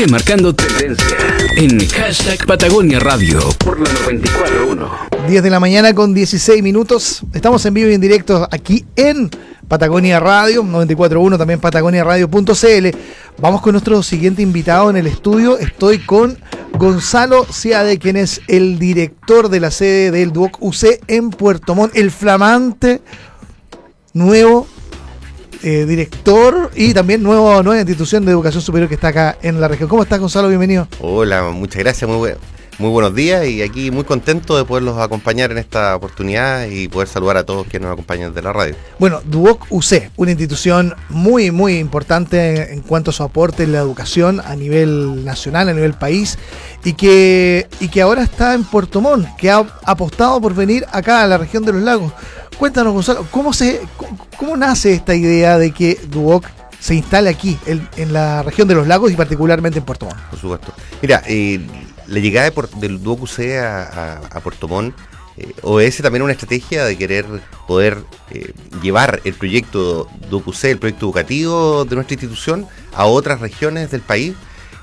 Sigue marcando tendencia en hashtag Patagonia Radio por la 94.1. 10 de la mañana con 16 minutos. Estamos en vivo y en directo aquí en Patagonia Radio, 94.1, también patagoniaradio.cl. Vamos con nuestro siguiente invitado en el estudio. Estoy con Gonzalo Seade, quien es el director de la sede del Duoc UC en Puerto Montt, el flamante nuevo director y también nueva institución de educación superior que está acá en la región. ¿Cómo estás, Gonzalo? Bienvenido. Hola, muchas gracias, muy buenos días, y aquí muy contento de poderlos acompañar en esta oportunidad y poder saludar a todos quienes nos acompañan de la radio. Bueno, Duoc UC, una institución muy importante en cuanto a su aporte en la educación a nivel nacional, a nivel país, y que ahora está en Puerto Montt, que ha apostado por venir acá a la región de los lagos. Cuéntanos, Gonzalo, ¿cómo nace esta idea de que Duoc se instale aquí, en la región de los lagos y particularmente en Puerto Montt? Por supuesto. Mira, la llegada del Duoc UC a Puerto Montt obedece también a una estrategia de querer poder llevar el proyecto Duoc UC, el proyecto educativo de nuestra institución, a otras regiones del país,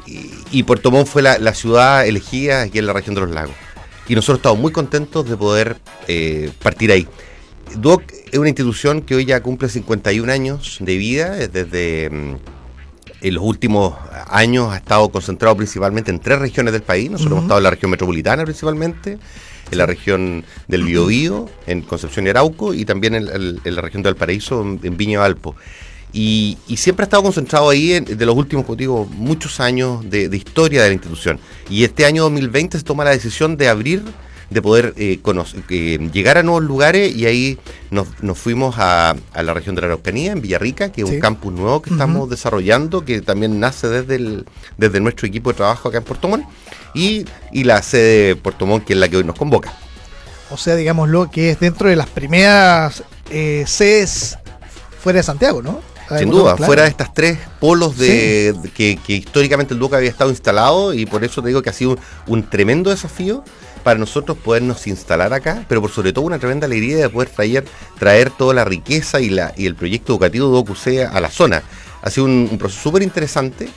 y Puerto Montt fue la ciudad elegida aquí en la región de los lagos. Y nosotros estamos muy contentos de poder partir ahí. Duoc es una institución que hoy ya cumple 51 años de vida. Desde en los últimos años ha estado concentrado principalmente en 3 regiones del país. Nosotros hemos estado en la región metropolitana principalmente, en la región del Biobío, en Concepción y Arauco, y también en la región de Valparaíso, en Viña Valpo. Y siempre ha estado concentrado ahí de los últimos, como digo, muchos años de historia de la institución. Y este año 2020 se toma la decisión de abrir, de poder llegar a nuevos lugares, y ahí nos fuimos a la región de la Araucanía, en Villarrica, que es un campus nuevo que estamos desarrollando, que también nace desde nuestro equipo de trabajo acá en Puerto Montt, y la sede de Puerto Montt, que es la que hoy nos convoca. O sea, digámoslo, que es dentro de las primeras sedes fuera de Santiago, ¿no? Sin duda, claro. Fuera de estas 3 polos que históricamente el Duoc había estado instalado, y por eso te digo que ha sido un tremendo desafío para nosotros podernos instalar acá, pero por sobre todo una tremenda alegría de poder traer toda la riqueza y el proyecto educativo Duoc UC a la zona. Ha sido un proceso súper interesante,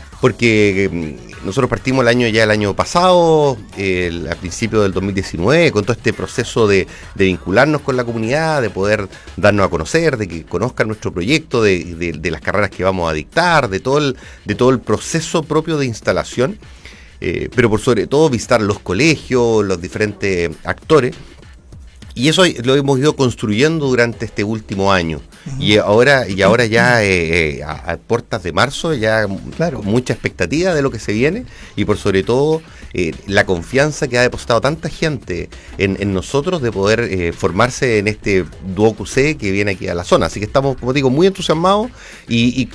porque nosotros partimos el año pasado, a principios del 2019, con todo este proceso de vincularnos con la comunidad, de poder darnos a conocer, de que conozcan nuestro proyecto, de las carreras que vamos a dictar, de todo el proceso propio de instalación. Pero por sobre todo visitar los colegios, los diferentes actores, y eso lo hemos ido construyendo durante este último año. Y ahora ya a puertas de marzo, ya claro, con mucha expectativa de lo que se viene, y por sobre todo la confianza que ha depositado tanta gente en nosotros de poder formarse en este Duoc UC que viene aquí a la zona. Así que estamos, como digo, muy entusiasmados y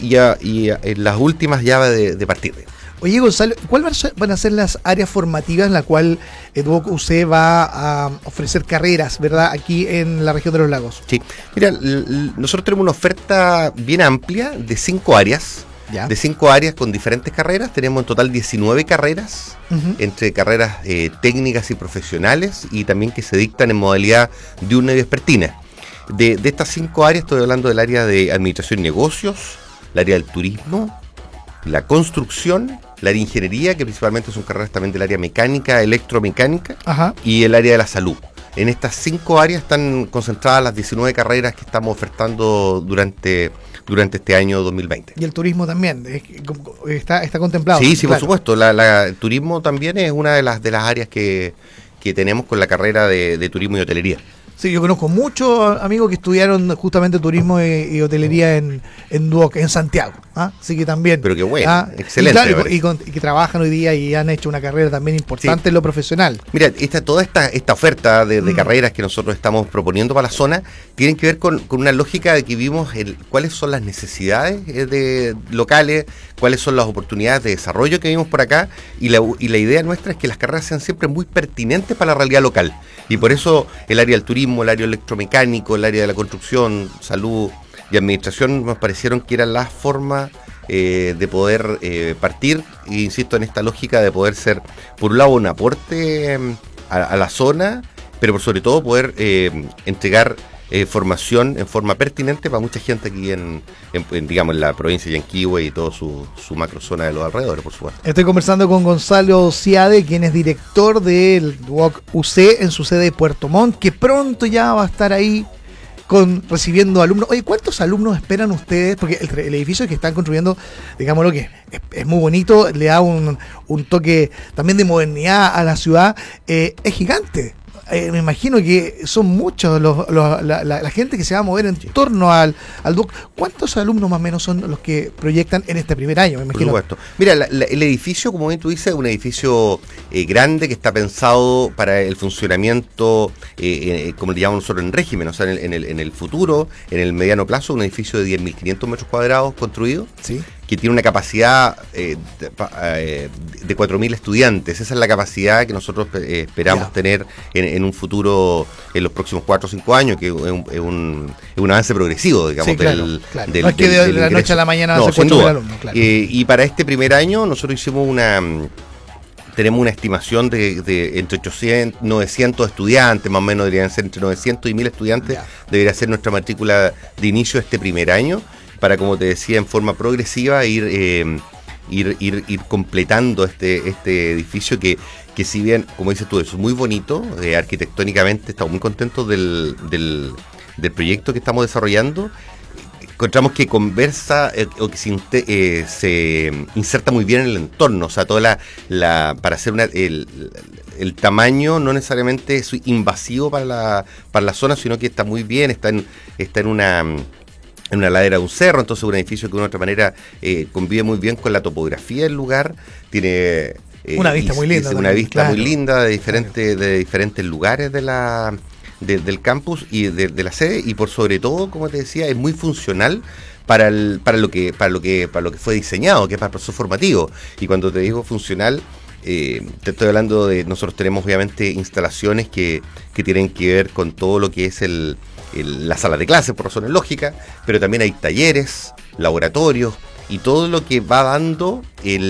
en las últimas llaves de partir. Oye, Gonzalo, ¿cuáles van a ser las áreas formativas en las cuales Duoc UC va a ofrecer carreras, verdad, aquí en la región de los lagos? Sí, mira, nosotros tenemos una oferta bien amplia de 5 áreas. ¿Ya? De 5 áreas con diferentes carreras. Tenemos en total 19 carreras, entre carreras técnicas y profesionales, y también que se dictan en modalidad diurna y vespertina. De estas 5 áreas estoy hablando del área de administración y negocios, el área del turismo, la construcción, la área de ingeniería, que principalmente son carreras también del área mecánica, electromecánica, y el área de la salud. En estas 5 áreas están concentradas las 19 carreras que estamos ofertando durante este año 2020. ¿Y el turismo también está contemplado? Sí, claro. Por supuesto. El turismo también es una de las áreas que tenemos con la carrera de turismo y hotelería. Sí, yo conozco muchos amigos que estudiaron justamente turismo y hotelería en Duoc, en Santiago. Así que también. Pero qué bueno, excelente. Y que trabajan hoy día y han hecho una carrera también importante en lo profesional. Mira, toda esta oferta de carreras que nosotros estamos proponiendo para la zona tienen que ver con una lógica de que vimos cuáles son las necesidades locales, cuáles son las oportunidades de desarrollo que vimos por acá, y la idea nuestra es que las carreras sean siempre muy pertinentes para la realidad local. Y por eso el área del turismo, el área electromecánico, el área de la construcción, salud y administración nos parecieron que eran las formas de poder partir, e insisto, en esta lógica de poder ser, por un lado, un aporte a la zona, pero por sobre todo poder entregar formación en forma pertinente para mucha gente aquí digamos, en la provincia de Yanquihue y toda su macrozona de los alrededores, por supuesto. Estoy conversando con Gonzalo Ciade, quien es director del DUOC UC en su sede de Puerto Montt, que pronto ya va a estar ahí recibiendo alumnos. Oye, ¿cuántos alumnos esperan ustedes? Porque el edificio que están construyendo, digámoslo que es muy bonito, le da un toque también de modernidad a la ciudad, es gigante. Me imagino que son muchos la gente que se va a mover en torno al DUOC. ¿Cuántos alumnos más o menos son los que proyectan en este primer año? Me imagino. Por supuesto. Mira, el edificio, como bien tú dices, es un edificio grande que está pensado para el funcionamiento, como le llamamos nosotros, en régimen. O sea, en el futuro, en el mediano plazo, un edificio de 10.500 metros cuadrados construido. Sí. Que tiene una capacidad de 4.000 estudiantes. Esa es la capacidad que nosotros esperamos tener en un futuro, en los próximos 4 o 5 años, que es un avance progresivo, digamos. Sí, claro. No es que de la noche a la mañana no, se cuenta el alumno. Claro. Y para este primer año nosotros tenemos una estimación de entre 800, 900 estudiantes, más o menos deberían ser entre 900 y 1.000 estudiantes, debería ser nuestra matrícula de inicio de este primer año, para, como te decía, en forma progresiva ir completando este edificio que si bien, como dices tú, es muy bonito, arquitectónicamente estamos muy contentos del proyecto que estamos desarrollando. Encontramos que conversa o que se inserta muy bien en el entorno, o sea, toda para hacer el tamaño no necesariamente es invasivo para la zona, sino que está muy bien, está en una ladera de un cerro, entonces un edificio que de una otra manera convive muy bien con la topografía del lugar, tiene una vista muy linda. Una vista muy linda de diferentes lugares del campus y de la sede, y por sobre todo, como te decía, es muy funcional para lo que fue diseñado, que es para el proceso formativo. Y cuando te digo funcional, te estoy hablando de, nosotros tenemos obviamente instalaciones que tienen que ver con todo lo que es la sala de clases, por razones lógicas, pero también hay talleres, laboratorios y todo lo que va dando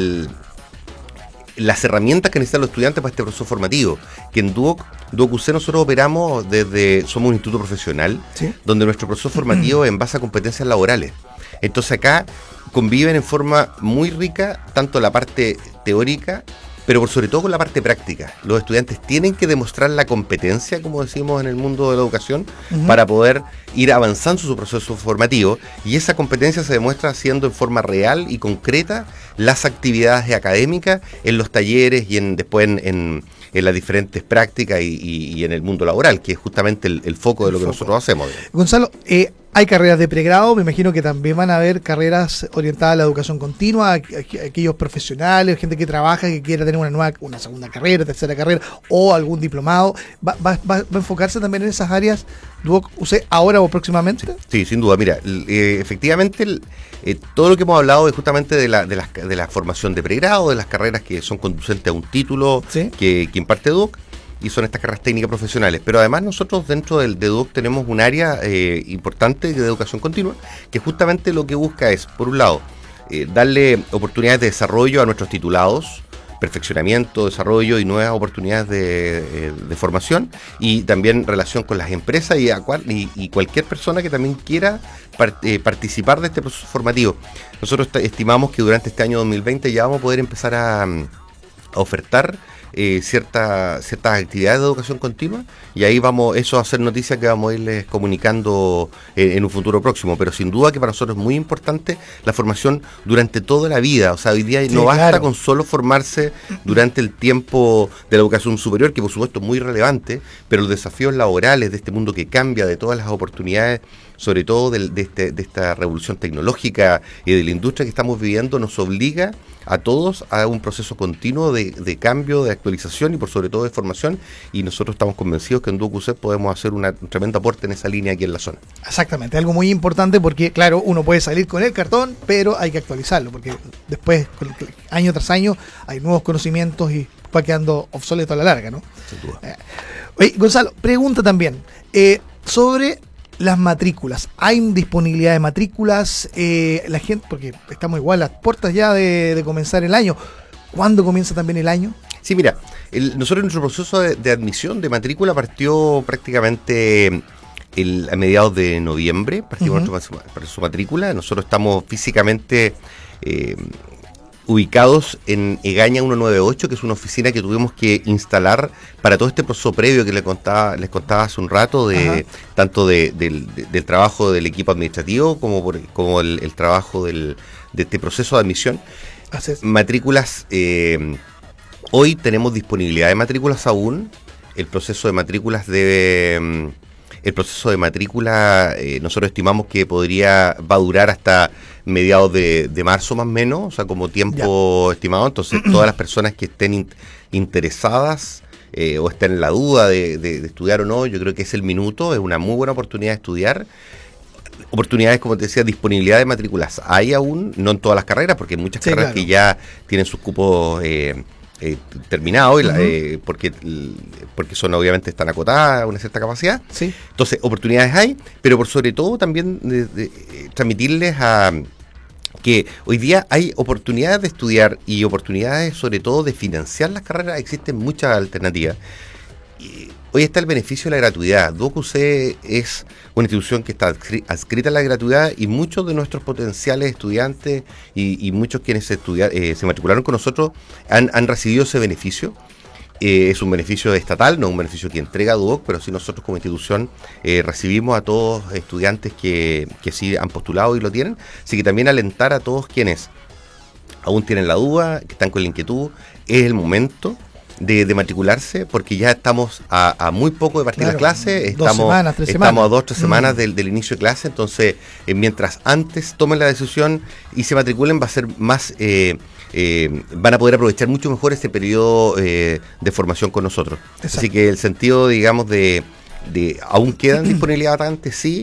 las herramientas que necesitan los estudiantes para este proceso formativo, que en DUOC UC nosotros operamos somos un instituto profesional, ¿sí?, donde nuestro proceso formativo es en base a competencias laborales. Entonces acá conviven en forma muy rica tanto la parte teórica, pero por sobre todo con la parte práctica. Los estudiantes tienen que demostrar la competencia, como decimos en el mundo de la educación, para poder ir avanzando su proceso formativo, y esa competencia se demuestra haciendo en forma real y concreta las actividades académicas en los talleres y después en las diferentes prácticas y en el mundo laboral, que es justamente el foco de lo que nosotros hacemos. Gonzalo, hay carreras de pregrado, me imagino que también van a haber carreras orientadas a la educación continua, aquellos profesionales, gente que trabaja, que quiera tener una segunda carrera, tercera carrera o algún diplomado. ¿Va a enfocarse también en esas áreas DUOC UC ahora o próximamente? Sí, sin duda. Mira, efectivamente todo lo que hemos hablado es justamente de la formación de pregrado, de las carreras que son conducentes a un título, ¿sí?, que imparte DUOC, y son estas carreras técnicas profesionales. Pero además nosotros dentro de DUOC tenemos un área importante de educación continua, que justamente lo que busca es, por un lado, darle oportunidades de desarrollo a nuestros titulados, perfeccionamiento, desarrollo y nuevas oportunidades de formación, y también relación con las empresas y cualquier persona que también quiera participar de este proceso formativo. Nosotros estimamos que durante este año 2020 ya vamos a poder empezar a ofertar ciertas actividades de educación continua, y ahí eso va a ser noticia que vamos a irles comunicando en un futuro próximo. Pero sin duda que para nosotros es muy importante la formación durante toda la vida. O sea, hoy día no basta con solo formarse durante el tiempo de la educación superior, que por supuesto es muy relevante, pero los desafíos laborales de este mundo que cambia, de todas las oportunidades, sobre todo de esta revolución tecnológica y de la industria que estamos viviendo, nos obliga a todos a un proceso continuo de cambio, de actualización y por sobre todo de formación, y nosotros estamos convencidos que en DUOC UC podemos hacer un tremendo aporte en esa línea aquí en la zona. Exactamente, algo muy importante, porque claro, uno puede salir con el cartón, pero hay que actualizarlo, porque después, año tras año, hay nuevos conocimientos y va quedando obsoleto a la larga, ¿no? Sin duda. Oye, Gonzalo, pregunta también sobre las matrículas. ¿Hay disponibilidad de matrículas? La gente, porque estamos igual a las puertas ya de comenzar el año. ¿Cuándo comienza también el año? Sí, mira, nosotros nuestro proceso de admisión de matrícula partió prácticamente a mediados de noviembre, partimos para su matrícula. Nosotros estamos físicamente ubicados en Egaña 198, que es una oficina que tuvimos que instalar para todo este proceso previo que les contaba hace un rato, tanto del trabajo del equipo administrativo como el trabajo de este proceso de admisión. Matrículas, hoy tenemos disponibilidad de matrículas aún. El proceso de matrícula nosotros estimamos que va a durar hasta mediados de marzo más o menos, o sea, como tiempo estimado. Entonces, todas las personas que estén interesadas o estén en la duda de estudiar o no, yo creo que es el minuto, es una muy buena oportunidad de estudiar. Oportunidades, como te decía, disponibilidad de matrículas hay aún, no en todas las carreras, porque hay muchas carreras que ya tienen sus cupos terminados, porque son, obviamente, están acotadas a una cierta capacidad. Sí. Entonces, oportunidades hay, pero por sobre todo también transmitirles que hoy día hay oportunidades de estudiar y oportunidades sobre todo de financiar las carreras. Existen muchas alternativas. Y hoy está el beneficio de la gratuidad. DuoQC es una institución que está adscrita a la gratuidad, y muchos de nuestros potenciales estudiantes y muchos quienes se matricularon con nosotros han recibido ese beneficio. Es un beneficio estatal, no un beneficio que entrega Duoc, pero sí nosotros como institución recibimos a todos estudiantes que sí han postulado y lo tienen. Así que también alentar a todos quienes aún tienen la duda, que están con la inquietud, es el momento de matricularse, porque ya estamos a muy poco de partir las clases. Estamos a 2 o 3 semanas del inicio de clase. Entonces, mientras antes tomen la decisión y se matriculen, va a ser más van a poder aprovechar mucho mejor este periodo de formación con nosotros. Exacto. Así que el sentido, digamos, de aún quedan disponibilidad vacantes, sí,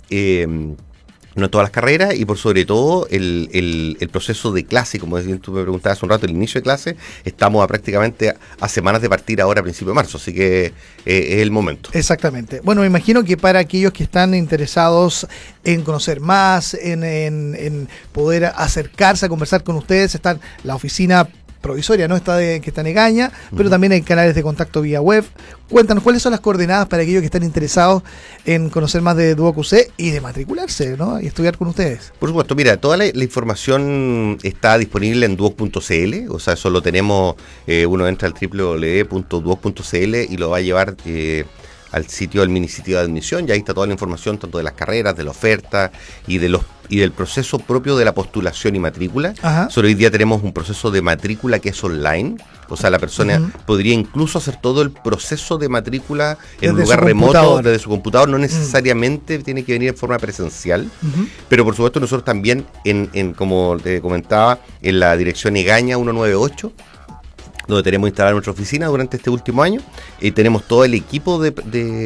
no en todas las carreras, y por sobre todo el proceso de clase, como tú me preguntabas hace un rato, el inicio de clase, estamos prácticamente a semanas de partir ahora a principios de marzo, así que es el momento. Exactamente. Bueno, me imagino que para aquellos que están interesados en conocer más, en poder acercarse a conversar con ustedes, están la oficina provisoria, ¿no? Que está en Egaña, pero también hay canales de contacto vía web. Cuéntanos, ¿cuáles son las coordenadas para aquellos que están interesados en conocer más de DuoQC y de matricularse, ¿no? Y estudiar con ustedes? Por supuesto, mira, toda la información está disponible en duoc.cl, o sea, eso lo tenemos, uno entra al www.duoc.cl y lo va a llevar al sitio del mini sitio de admisión, y ahí está toda la información tanto de las carreras, de la oferta y del proceso propio de la postulación y matrícula. Solo hoy día tenemos un proceso de matrícula que es online, o sea, la persona podría incluso hacer todo el proceso de matrícula en un lugar remoto, desde su computador, no necesariamente tiene que venir en forma presencial, pero por supuesto nosotros también, como te comentaba, en la dirección Egaña 198, donde tenemos instalada nuestra oficina durante este último año, tenemos todo el equipo de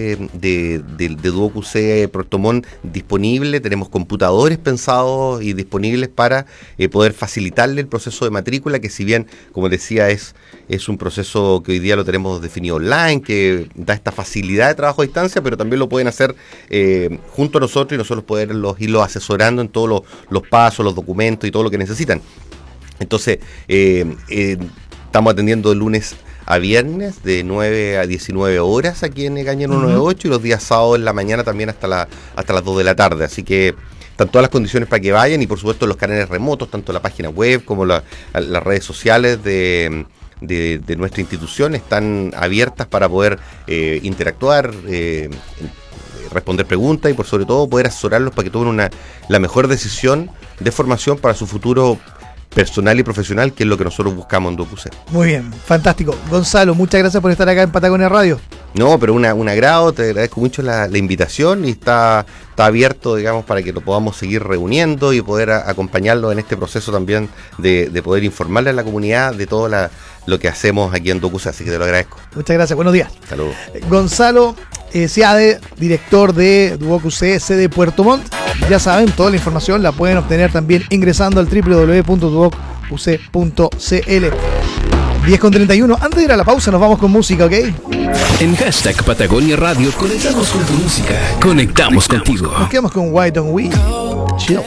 DuoQC Puerto Montt disponible, tenemos computadores pensados y disponibles para poder facilitarle el proceso de matrícula, que si bien, como decía, es un proceso que hoy día lo tenemos definido online, que da esta facilidad de trabajo a distancia, pero también lo pueden hacer junto a nosotros, y nosotros poderlos irlos asesorando en todos los pasos, los documentos y todo lo que necesitan. Entonces, estamos atendiendo de lunes a viernes de 9 a 19 horas aquí en Egaña 198, y los días sábados en la mañana también hasta las 2 de la tarde. Así que están todas las condiciones para que vayan, y por supuesto los canales remotos, tanto la página web como las redes sociales de nuestra institución están abiertas para poder interactuar, responder preguntas y por sobre todo poder asesorarlos para que tomen la mejor decisión de formación para su futuro personal y profesional, que es lo que nosotros buscamos en DuoQC. Muy bien, fantástico. Gonzalo, muchas gracias por estar acá en Patagonia Radio. No, pero un agrado, te agradezco mucho la invitación, y está abierto, digamos, para que lo podamos seguir reuniendo y poder acompañarlo en este proceso también de poder informarle a la comunidad de todo lo que hacemos aquí en DuoQC, así que te lo agradezco. Muchas gracias, buenos días. Saludos. Gonzalo Seade, director de DuoQC, sede Puerto Montt. Ya saben, toda la información la pueden obtener también ingresando al www.duoc.cl. 10:31. Antes de ir a la pausa nos vamos con música, ¿ok? En hashtag Patagonia Radio conectamos con tu música. Conectamos contigo. Nos quedamos con Why Don't We Chills.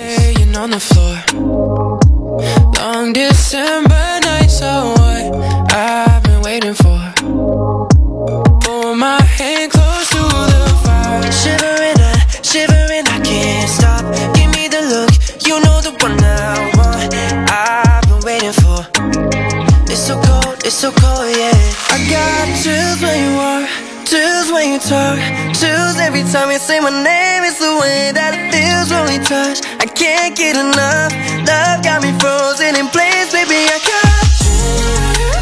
Long December nights are what I've been waiting for. Pull my hand close to the fire, shivering you talk, chills every time you say my name. It's the way that it feels when we touch. I can't get enough. Love got me frozen in place, baby. I got chills.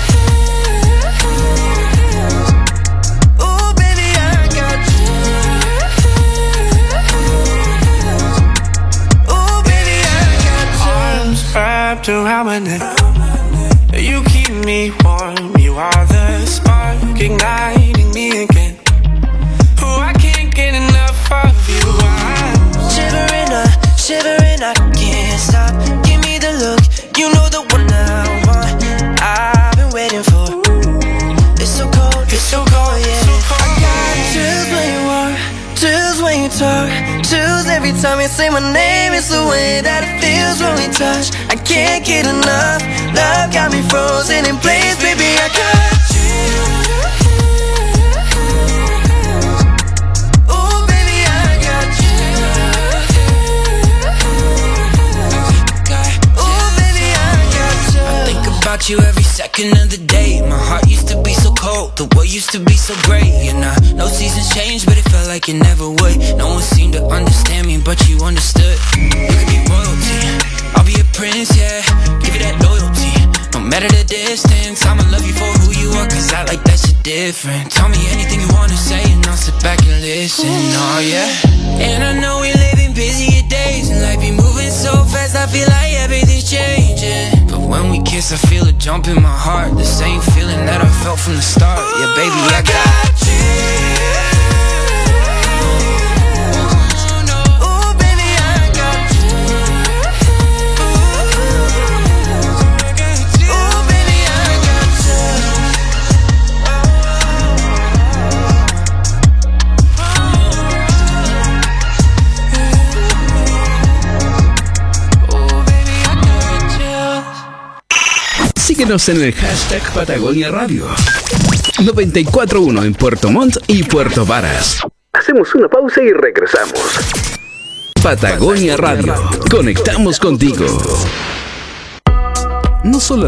Ooh, baby, I got chills. Ooh, baby, I got chills. Arms wrapped around my neck. You keep me warm. You are the spark igniting me again. Oh, I can't get enough of you. I'm shivering, I can't stop. Give me the look, you know the one I want. I've been waiting for. It's so cold, yeah. I got chills when you walk, chills when you talk, chills every time you say my name. It's the way that it feels when we touch. I can't get enough. Love got me frozen in place, baby. I got chills. About you every second of the day. My heart used to be so cold, the world used to be so great. And I know seasons change, but it felt like it never would. No one seemed to understand me, but you understood. You could be royalty, I'll be a prince, yeah. Give you that loyalty, no matter the distance. I'ma love you for who you are, cause I like that shit different. Tell me anything you wanna say and I'll sit back and listen, oh yeah. And I know we live in busier days, and life be moving so fast, I feel like everything's changing. But when we kiss, I feel a jump in my heart, the same feeling that I felt from the start. Yeah, baby, I got you. Síguenos en el hashtag Patagonia Radio. 94.1 en Puerto Montt y Puerto Varas. Hacemos una pausa y regresamos. Patagonia Radio. Conectamos contigo. No solo